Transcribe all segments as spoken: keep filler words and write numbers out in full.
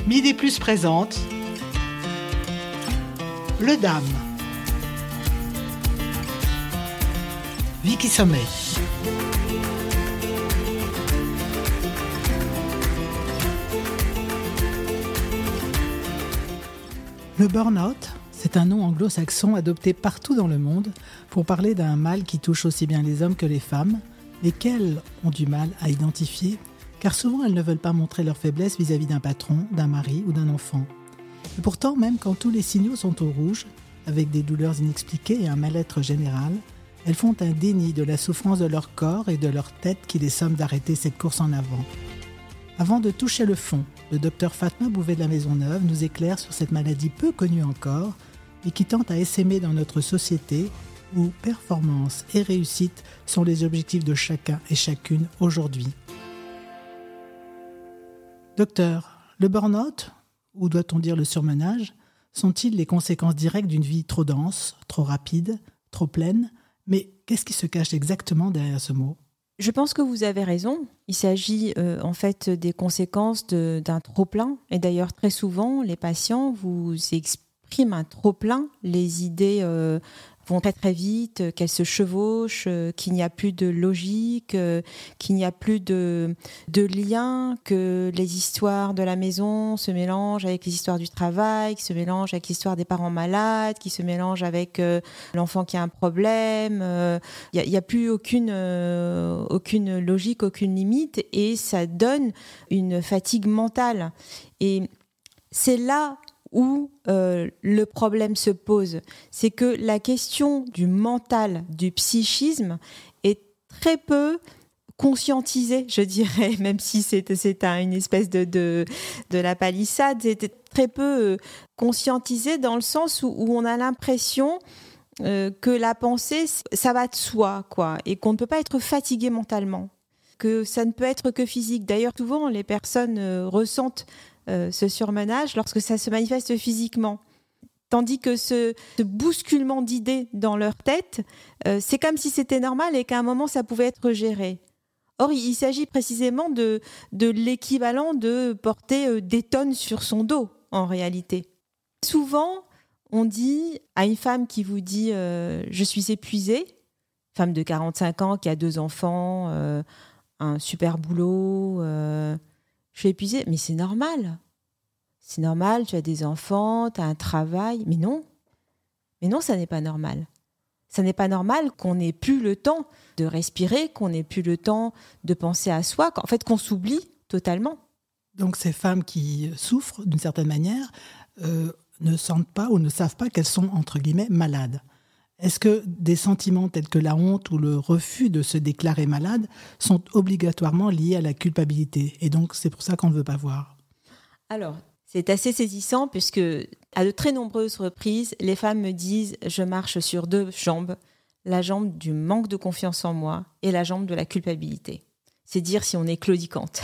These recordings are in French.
Midi Plus présente Le Dame. Vicky Sommet. Le burn-out, c'est un nom anglo-saxon adopté partout dans le monde pour parler d'un mal qui touche aussi bien les hommes que les femmes, lesquelles ont du mal à identifier, car souvent elles ne veulent pas montrer leur faiblesse vis-à-vis d'un patron, d'un mari ou d'un enfant. Et pourtant, même quand tous les signaux sont au rouge, avec des douleurs inexpliquées et un mal-être général, elles font un déni de la souffrance de leur corps et de leur tête qui les somme d'arrêter cette course en avant. Avant de toucher le fond, le docteur Fatma Bouvet de la Maisonneuve nous éclaire sur cette maladie peu connue encore et qui tente à essaimer dans notre société où performance et réussite sont les objectifs de chacun et chacune aujourd'hui. Docteur, le burn-out, ou doit-on dire le surmenage, sont-ils les conséquences directes d'une vie trop dense, trop rapide, trop pleine ? Mais qu'est-ce qui se cache exactement derrière ce mot ? Je pense que vous avez raison. Il s'agit euh, en fait des conséquences de, d'un trop-plein. Et d'ailleurs, très souvent, les patients vous expriment un trop-plein. Les idées euh, vont très très vite, euh, qu'elles se chevauchent, euh, qu'il n'y a plus de logique, euh, qu'il n'y a plus de, de lien, que les histoires de la maison se mélangent avec les histoires du travail, qui se mélangent avec l'histoire des parents malades, qui se mélangent avec euh, l'enfant qui a un problème. Il euh, n'y a, a plus aucune, euh, aucune logique, aucune limite, et ça donne une fatigue mentale. Et c'est là où euh, le problème se pose. C'est que la question du mental, du psychisme est très peu conscientisée, je dirais, même si c'est, c'est un, une espèce de, de, de la palissade, c'est très peu euh, conscientisé dans le sens où, où on a l'impression euh, que la pensée, ça va de soi, quoi, et qu'on ne peut pas être fatigué mentalement, que ça ne peut être que physique. D'ailleurs, souvent, les personnes euh, ressentent Euh, ce surmenage lorsque ça se manifeste physiquement. Tandis que ce, ce bousculement d'idées dans leur tête, euh, c'est comme si c'était normal et qu'à un moment, ça pouvait être géré. Or, il, il s'agit précisément de, de l'équivalent de porter euh, des tonnes sur son dos, en réalité. Souvent, on dit à une femme qui vous dit euh, « je suis épuisée », femme de quarante-cinq ans qui a deux enfants, euh, un super boulot... Euh, je suis épuisée, mais c'est normal. C'est normal, tu as des enfants, tu as un travail. Mais non, mais non, ça n'est pas normal. Ça n'est pas normal qu'on n'ait plus le temps de respirer, qu'on n'ait plus le temps de penser à soi, qu'en fait, qu'on s'oublie totalement. Donc ces femmes qui souffrent d'une certaine manière euh, ne sentent pas ou ne savent pas qu'elles sont, entre guillemets, malades. Est-ce que des sentiments tels que la honte ou le refus de se déclarer malade sont obligatoirement liés à la culpabilité ? Et donc, c'est pour ça qu'on ne veut pas voir. Alors, c'est assez saisissant puisque, à de très nombreuses reprises, les femmes me disent « je marche sur deux jambes, la jambe du manque de confiance en moi et la jambe de la culpabilité ». C'est dire si on est claudicante.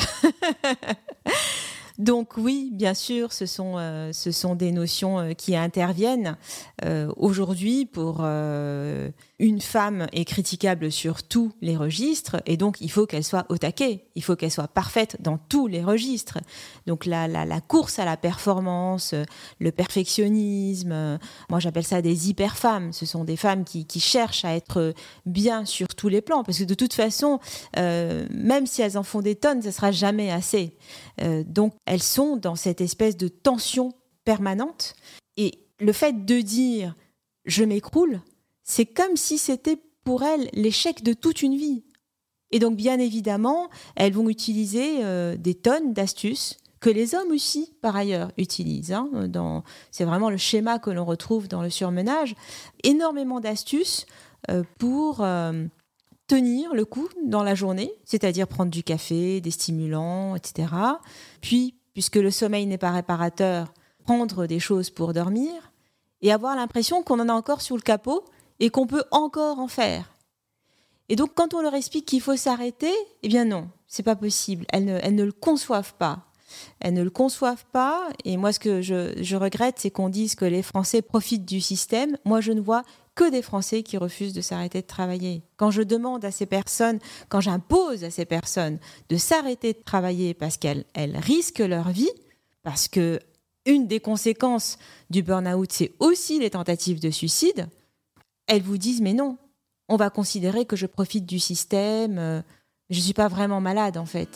Donc oui, bien sûr, ce sont, euh, ce sont des notions euh, qui interviennent. Euh, aujourd'hui, pour euh, une femme est critiquable sur tous les registres et donc il faut qu'elle soit au taquet, il faut qu'elle soit parfaite dans tous les registres. Donc la, la, la course à la performance, le perfectionnisme, euh, moi j'appelle ça des hyper-femmes. Ce sont des femmes qui, qui cherchent à être bien sur tous les plans parce que de toute façon, euh, même si elles en font des tonnes, ça ne sera jamais assez. Euh, donc elles sont dans cette espèce de tension permanente et le fait de dire « je m'écroule », c'est comme si c'était pour elles l'échec de toute une vie. Et donc bien évidemment, elles vont utiliser euh, des tonnes d'astuces que les hommes aussi, par ailleurs, utilisent. Hein, dans, c'est vraiment le schéma que l'on retrouve dans le surmenage. Énormément d'astuces euh, pour... Euh, tenir le coup dans la journée, c'est-à-dire prendre du café, des stimulants, et cetera. Puis, puisque le sommeil n'est pas réparateur, prendre des choses pour dormir et avoir l'impression qu'on en a encore sous le capot et qu'on peut encore en faire. Et donc, quand on leur explique qu'il faut s'arrêter, eh bien non, c'est pas possible. Elles ne, elles ne le conçoivent pas. Elles ne le conçoivent pas. Et moi, ce que je, je regrette, c'est qu'on dise que les Français profitent du système. Moi, je ne vois que des Français qui refusent de s'arrêter de travailler. Quand je demande à ces personnes, quand j'impose à ces personnes de s'arrêter de travailler parce qu'elles elles risquent leur vie, parce que une des conséquences du burn-out, c'est aussi les tentatives de suicide, elles vous disent « mais non, on va considérer que je profite du système, euh, je ne suis pas vraiment malade en fait ».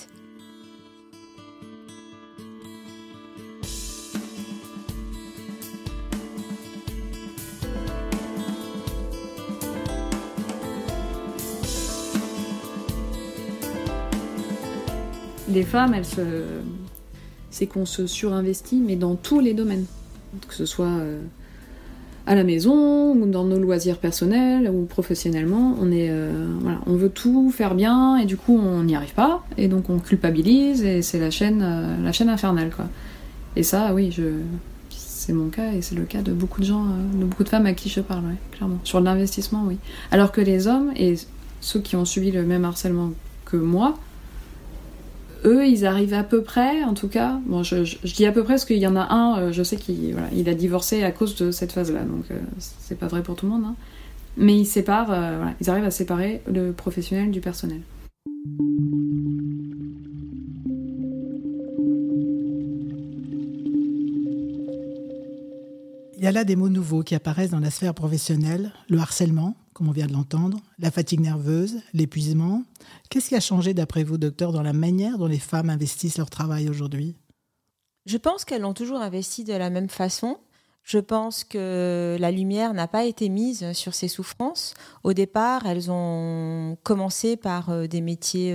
Les femmes, elles se... c'est qu'on se surinvestit, mais dans tous les domaines. Que ce soit euh, à la maison, ou dans nos loisirs personnels, ou professionnellement. On, est, euh, voilà, on veut tout faire bien, et du coup, on n'y arrive pas. Et donc, on culpabilise, et c'est la chaîne, euh, la chaîne infernale, quoi. Et ça, oui, je... c'est mon cas, et c'est le cas de beaucoup de gens, euh, de beaucoup de femmes à qui je parle, ouais, clairement. Sur l'investissement, oui. Alors que les hommes, et ceux qui ont subi le même harcèlement que moi, eux, ils arrivent à peu près, en tout cas. Bon, je, je, je dis à peu près parce qu'il y en a un, euh, je sais qu'il voilà, il a divorcé à cause de cette phase-là, donc euh, c'est pas vrai pour tout le monde. Hein. Mais ils séparent, euh, voilà, ils arrivent à séparer le professionnel du personnel. Il y a là des mots nouveaux qui apparaissent dans la sphère professionnelle, le harcèlement, comme on vient de l'entendre, la fatigue nerveuse, l'épuisement. Qu'est-ce qui a changé d'après vous, docteur, dans la manière dont les femmes investissent leur travail aujourd'hui ? Je pense qu'elles l'ont toujours investi de la même façon. Je pense que la lumière n'a pas été mise sur ces souffrances. Au départ, elles ont commencé par des métiers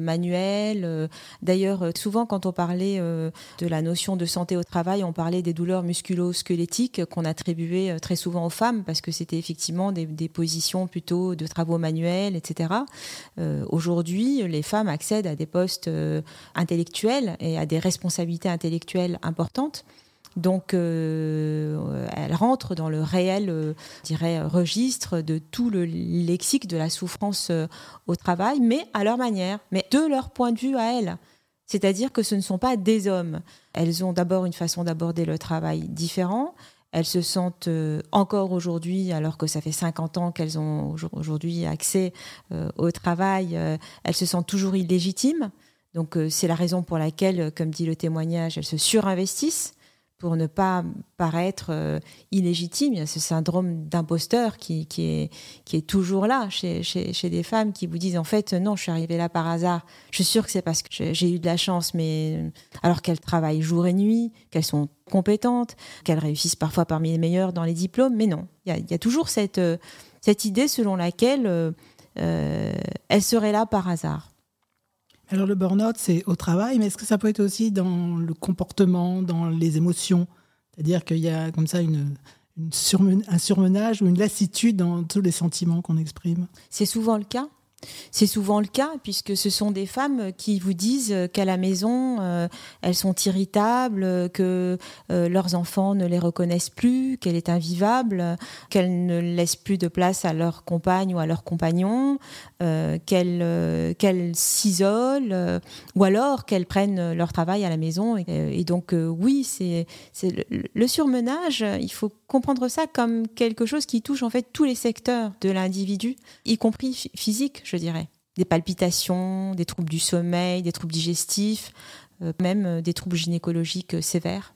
manuels. D'ailleurs, souvent, quand on parlait de la notion de santé au travail, on parlait des douleurs musculo-squelettiques qu'on attribuait très souvent aux femmes parce que c'était effectivement des, des positions plutôt de travaux manuels, et cetera. Euh, aujourd'hui, les femmes accèdent à des postes intellectuels et à des responsabilités intellectuelles importantes. Donc, euh, elle rentre dans le réel, euh, je dirais, registre de tout le lexique de la souffrance euh, au travail, mais à leur manière, mais de leur point de vue à elles. C'est-à-dire que ce ne sont pas des hommes. Elles ont d'abord une façon d'aborder le travail différent. Elles se sentent euh, encore aujourd'hui, alors que ça fait cinquante ans qu'elles ont aujourd'hui accès euh, au travail, euh, elles se sentent toujours illégitimes. Donc, euh, c'est la raison pour laquelle, comme dit le témoignage, elles se surinvestissent pour ne pas paraître euh, illégitime. Il y a ce syndrome d'imposteur qui, qui, est, qui est toujours là chez, chez, chez des femmes qui vous disent en fait non, je suis arrivée là par hasard. Je suis sûre que c'est parce que j'ai, j'ai eu de la chance, mais alors qu'elles travaillent jour et nuit, qu'elles sont compétentes, qu'elles réussissent parfois parmi les meilleures dans les diplômes, mais non. Il y a, il y a toujours cette, euh, cette idée selon laquelle euh, euh, elles seraient là par hasard. Alors le burn-out, c'est au travail, mais est-ce que ça peut être aussi dans le comportement, dans les émotions ? C'est-à-dire qu'il y a comme ça une, une surmen- un surmenage ou une lassitude dans tous les sentiments qu'on exprime ? C'est souvent le cas. C'est souvent le cas, puisque ce sont des femmes qui vous disent qu'à la maison, euh, elles sont irritables, que euh, leurs enfants ne les reconnaissent plus, qu'elle est invivable, qu'elles ne laissent plus de place à leur compagne ou à leur compagnon, euh, qu'elles, euh, qu'elles s'isolent, euh, ou alors qu'elles prennent leur travail à la maison. Et, et donc, euh, oui, c'est, c'est le, le surmenage, il faut comprendre ça comme quelque chose qui touche en fait tous les secteurs de l'individu, y compris f- physique, je dirais. Des palpitations, des troubles du sommeil, des troubles digestifs, euh, même euh, des troubles gynécologiques euh, sévères.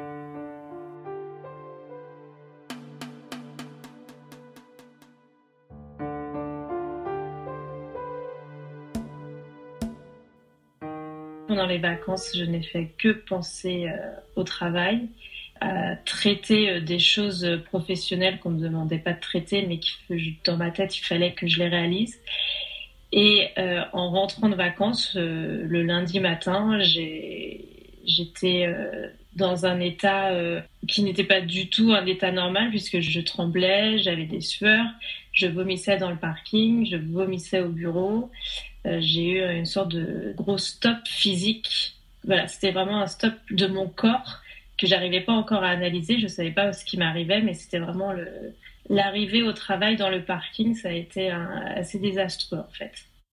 Pendant les vacances, je n'ai fait que penser euh, au travail, à traiter euh, des choses professionnelles qu'on ne me demandait pas de traiter, mais qui, dans ma tête, il fallait que je les réalise. Et euh, en rentrant de vacances, euh, le lundi matin, j'ai, j'étais euh, dans un état euh, qui n'était pas du tout un état normal, puisque je tremblais, j'avais des sueurs, je vomissais dans le parking, je vomissais au bureau. Euh, j'ai eu une sorte de gros stop physique. Voilà, c'était vraiment un stop de mon corps que j'arrivais pas encore à analyser. Je savais pas ce qui m'arrivait, mais c'était vraiment le, l'arrivée au travail dans le parking, ça a été un, assez désastreux en fait.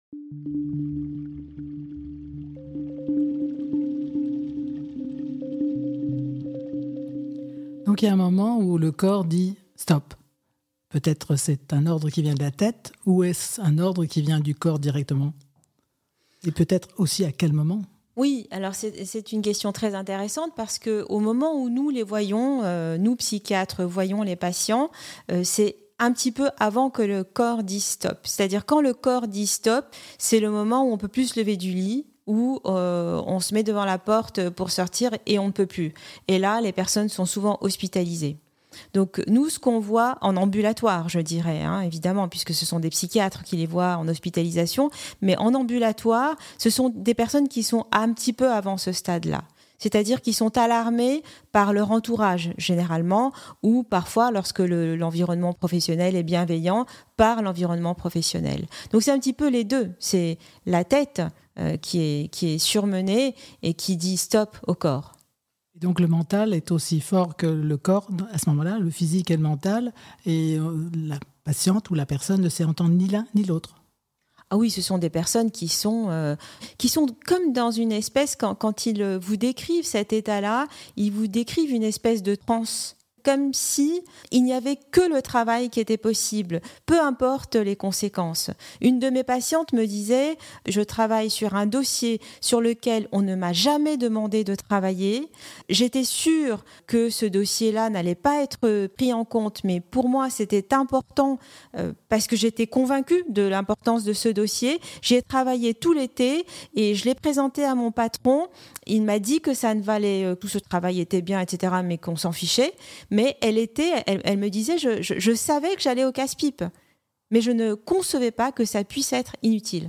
Donc il y a un moment où le corps dit stop. Peut-être c'est un ordre qui vient de la tête ou est-ce un ordre qui vient du corps directement ? Et peut-être aussi à quel moment ? Oui, alors c'est, c'est une question très intéressante parce qu'au moment où nous les voyons, euh, nous psychiatres voyons les patients, euh, c'est un petit peu avant que le corps dise stop. C'est-à-dire quand le corps dit stop, c'est le moment où on peut plus se lever du lit, où euh, on se met devant la porte pour sortir et on ne peut plus. Et là, les personnes sont souvent hospitalisées. Donc nous, ce qu'on voit en ambulatoire, je dirais, hein, évidemment, puisque ce sont des psychiatres qui les voient en hospitalisation, mais en ambulatoire, ce sont des personnes qui sont un petit peu avant ce stade-là. C'est-à-dire qu'ils sont alarmés par leur entourage, généralement, ou parfois, lorsque le, l'environnement professionnel est bienveillant, par l'environnement professionnel. Donc c'est un petit peu les deux. C'est la tête euh, qui est, qui est surmenée et qui dit stop au corps. Et donc le mental est aussi fort que le corps à ce moment-là, le physique et le mental, et la patiente ou la personne ne sait entendre ni l'un ni l'autre. Ah oui, ce sont des personnes qui sont, euh, qui sont comme dans une espèce, quand, quand ils vous décrivent cet état-là, ils vous décrivent une espèce de transe. Comme si il n'y avait que le travail qui était possible, peu importe les conséquences. Une de mes patientes me disait « Je travaille sur un dossier sur lequel on ne m'a jamais demandé de travailler. J'étais sûre que ce dossier-là n'allait pas être pris en compte, mais pour moi, c'était important euh, parce que j'étais convaincue de l'importance de ce dossier. J'y ai travaillé tout l'été et je l'ai présenté à mon patron. Il m'a dit que ça ne valait, tout ce travail était bien, et cetera, mais qu'on s'en fichait. Mais elle était, elle, elle me disait, je, je, je savais que j'allais au casse-pipe, mais je ne concevais pas que ça puisse être inutile.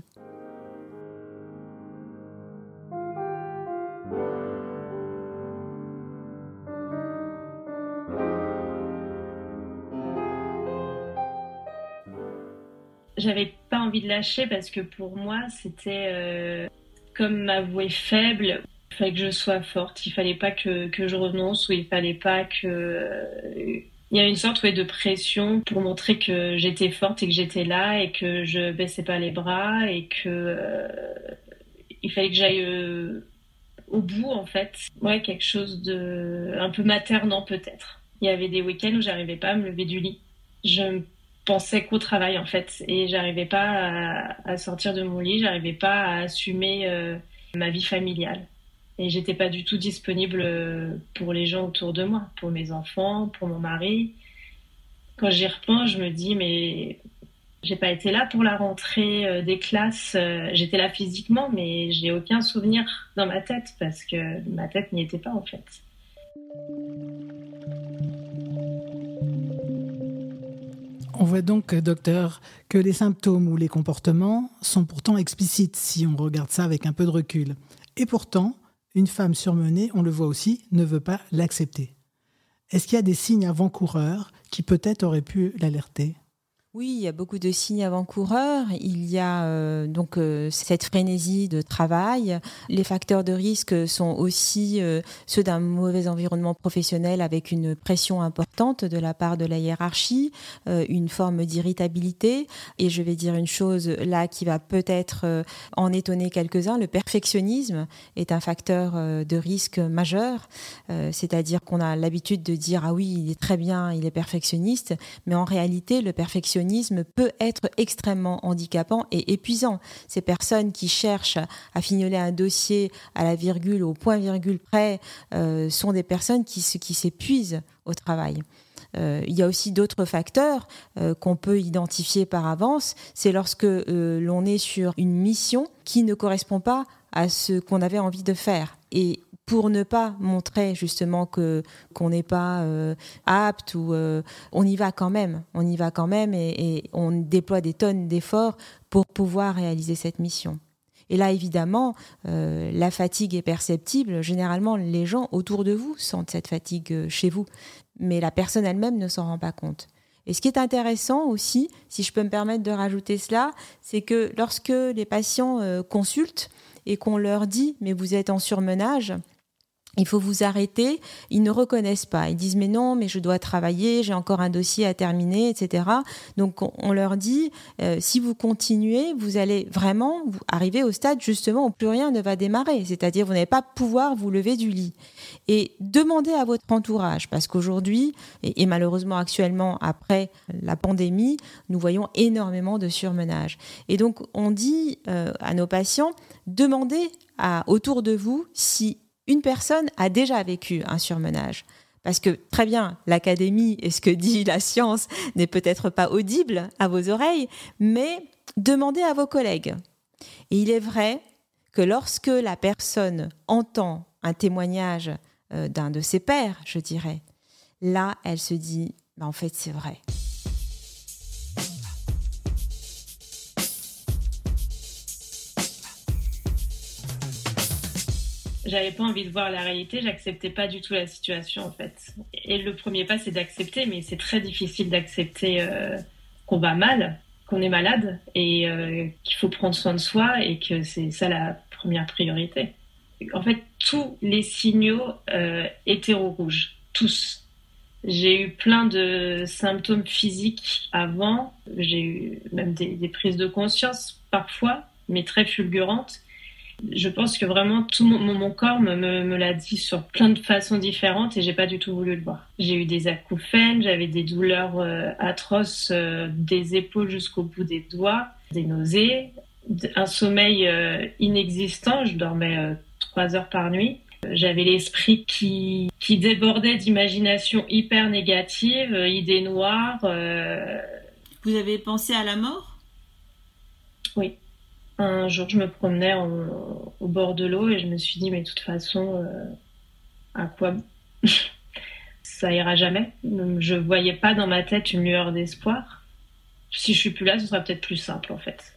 J'avais pas envie de lâcher parce que pour moi, c'était euh, comme m'avouer faible. Il fallait que je sois forte, il fallait pas que, que je renonce ou il fallait pas que... Euh, il y a une sorte ouais, de pression pour montrer que j'étais forte et que j'étais là et que je baissais pas les bras et que euh, il fallait que j'aille euh, au bout en fait. Ouais, quelque chose de un peu maternant peut-être. Il y avait des week-ends où j'arrivais pas à me lever du lit. Je pensais qu'au travail en fait et j'arrivais pas à, à sortir de mon lit, j'arrivais pas à assumer euh, ma vie familiale. Et j'étais pas du tout disponible pour les gens autour de moi, pour mes enfants, pour mon mari. Quand j'y repense, je me dis, mais j'ai pas été là pour la rentrée des classes. J'étais là physiquement, mais j'ai aucun souvenir dans ma tête parce que ma tête n'y était pas en fait. On voit donc, docteur, que les symptômes ou les comportements sont pourtant explicites si on regarde ça avec un peu de recul. Et pourtant, une femme surmenée, on le voit aussi, ne veut pas l'accepter. Est-ce qu'il y a des signes avant-coureurs qui peut-être auraient pu l'alerter ? Oui, il y a beaucoup de signes avant-coureurs. Il y a euh, donc euh, cette frénésie de travail. Les facteurs de risque sont aussi euh, ceux d'un mauvais environnement professionnel avec une pression importante de la part de la hiérarchie, euh, une forme d'irritabilité. Et je vais dire une chose là qui va peut-être euh, en étonner quelques-uns. Le perfectionnisme est un facteur euh, de risque majeur. Euh, c'est-à-dire qu'on a l'habitude de dire « Ah oui, il est très bien, il est perfectionniste », mais en réalité, le perfectionnisme peut être extrêmement handicapant et épuisant. Ces personnes qui cherchent à fignoler un dossier à la virgule, au point-virgule près, euh, sont des personnes qui, qui s'épuisent au travail. Euh, il y a aussi d'autres facteurs euh, qu'on peut identifier par avance. C'est lorsque euh, l'on est sur une mission qui ne correspond pas à ce qu'on avait envie de faire. Et pour ne pas montrer justement que qu'on n'est pas euh, apte ou euh, on y va quand même, on y va quand même et, et on déploie des tonnes d'efforts pour pouvoir réaliser cette mission. Et là, évidemment, euh, la fatigue est perceptible. Généralement, les gens autour de vous sentent cette fatigue chez vous, mais la personne elle-même ne s'en rend pas compte. Et ce qui est intéressant aussi, si je peux me permettre de rajouter cela, c'est que lorsque les patients euh, consultent et qu'on leur dit « mais vous êtes en surmenage », Il faut vous arrêter. Ils ne reconnaissent pas. Ils disent mais non, mais je dois travailler, j'ai encore un dossier à terminer, et cetera. Donc on, on leur dit euh, si vous continuez, vous allez vraiment vous arriver au stade justement où plus rien ne va démarrer. C'est-à-dire vous n'allez pas pouvoir vous lever du lit. Et demandez à votre entourage, parce qu'aujourd'hui et, et malheureusement actuellement après la pandémie, nous voyons énormément de surmenage. Et donc on dit euh, à nos patients demandez à, autour de vous si une personne a déjà vécu un surmenage. Parce que, très bien, l'académie et ce que dit la science n'est peut-être pas audible à vos oreilles, mais demandez à vos collègues. Et il est vrai que lorsque la personne entend un témoignage euh, d'un de ses pairs, je dirais, là, elle se dit, bah, en fait, c'est vrai. J'avais pas envie de voir la réalité, j'acceptais pas du tout la situation en fait. Et le premier pas c'est d'accepter, mais c'est très difficile d'accepter euh, qu'on va mal, qu'on est malade et euh, qu'il faut prendre soin de soi et que c'est ça la première priorité. En fait, tous les signaux euh, étaient au rouge, tous. J'ai eu plein de symptômes physiques avant, j'ai eu même des, des prises de conscience parfois, mais très fulgurantes. Je pense que vraiment tout mon, mon corps me, me, me l'a dit sur plein de façons différentes et j'ai pas du tout voulu le voir. J'ai eu des acouphènes, j'avais des douleurs euh, atroces euh, des épaules jusqu'au bout des doigts, des nausées, un sommeil euh, inexistant, je dormais euh, trois heures par nuit. J'avais l'esprit qui, qui débordait d'imagination hyper négative, euh, idées noires. Euh... Vous avez pensé à la mort ? Oui. Un jour, je me promenais en, au bord de l'eau et je me suis dit, mais de toute façon, euh, à quoi ça ira jamais. Je voyais pas dans ma tête une lueur d'espoir. Si je suis plus là, ce sera peut-être plus simple, en fait.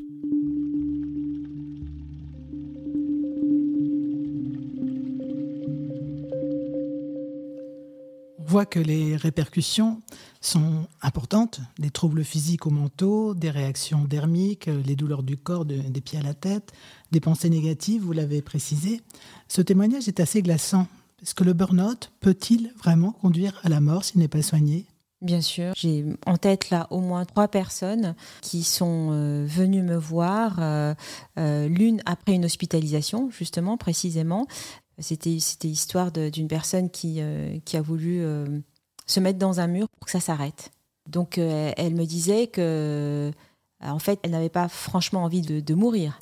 On voit que les répercussions sont importantes, des troubles physiques ou mentaux, des réactions dermiques, les douleurs du corps, de, des pieds à la tête, des pensées négatives, vous l'avez précisé. Ce témoignage est assez glaçant. Est-ce que le burn-out peut-il vraiment conduire à la mort s'il n'est pas soigné ? Bien sûr. J'ai en tête là au moins trois personnes qui sont euh, venues me voir, euh, euh, l'une après une hospitalisation, justement, précisément. C'était, c'était l'histoire de, d'une personne qui, euh, qui a voulu euh, se mettre dans un mur pour que ça s'arrête. Donc, euh, elle me disait que, en fait, elle n'avait pas franchement envie de, de mourir,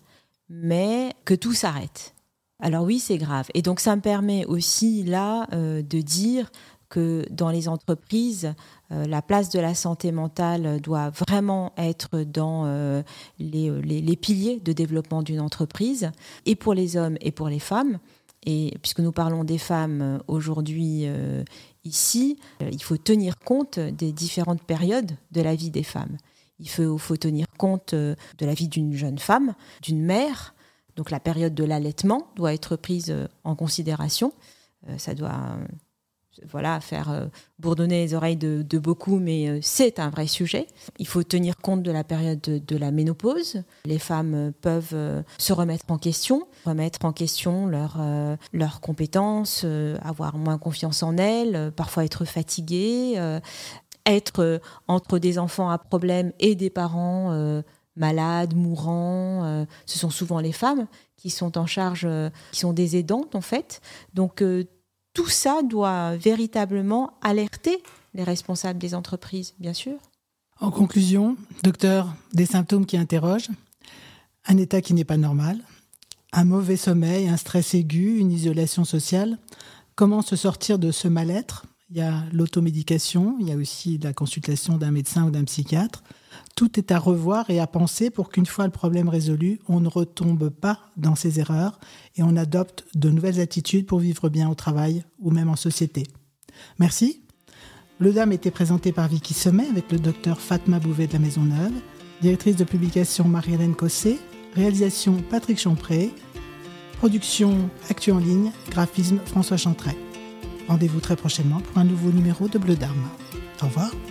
mais que tout s'arrête. Alors oui, c'est grave. Et donc, ça me permet aussi, là, euh, de dire que dans les entreprises, euh, la place de la santé mentale doit vraiment être dans euh, les, les, les piliers de développement d'une entreprise, et pour les hommes et pour les femmes. Et puisque nous parlons des femmes aujourd'hui euh, ici, euh, il faut tenir compte des différentes périodes de la vie des femmes. Il faut, faut tenir compte euh, de la vie d'une jeune femme, d'une mère. Donc la période de l'allaitement doit être prise euh, en considération. Euh, ça doit euh, voilà, faire euh, bourdonner les oreilles de, de beaucoup, mais euh, c'est un vrai sujet. Il faut tenir compte de la période de, de la ménopause. Les femmes euh, peuvent euh, se remettre en question, remettre en question leur, euh, leurs compétences, euh, avoir moins confiance en elles, euh, parfois être fatiguées, euh, être euh, entre des enfants à problème et des parents euh, malades, mourants. Euh, ce sont souvent les femmes qui sont en charge, euh, qui sont des aidantes en fait. Donc euh, tout ça doit véritablement alerter les responsables des entreprises, bien sûr. En conclusion, docteur, des symptômes qui interrogent, un état qui n'est pas normal, un mauvais sommeil, un stress aigu, une isolation sociale. Comment se sortir de ce mal-être ? Il y a l'automédication, il y a aussi la consultation d'un médecin ou d'un psychiatre. Tout est à revoir et à penser pour qu'une fois le problème résolu, on ne retombe pas dans ses erreurs et on adopte de nouvelles attitudes pour vivre bien au travail ou même en société. Merci. Le D A M était présenté par Vicky Sommet avec le docteur Fatma Bouvet de la Maisonneuve, directrice de publication Marie-Hélène Cossé, réalisation Patrick Champré, production Actu en ligne, graphisme François Chantray. Rendez-vous très prochainement pour un nouveau numéro de Bleu d'Armes. Au revoir.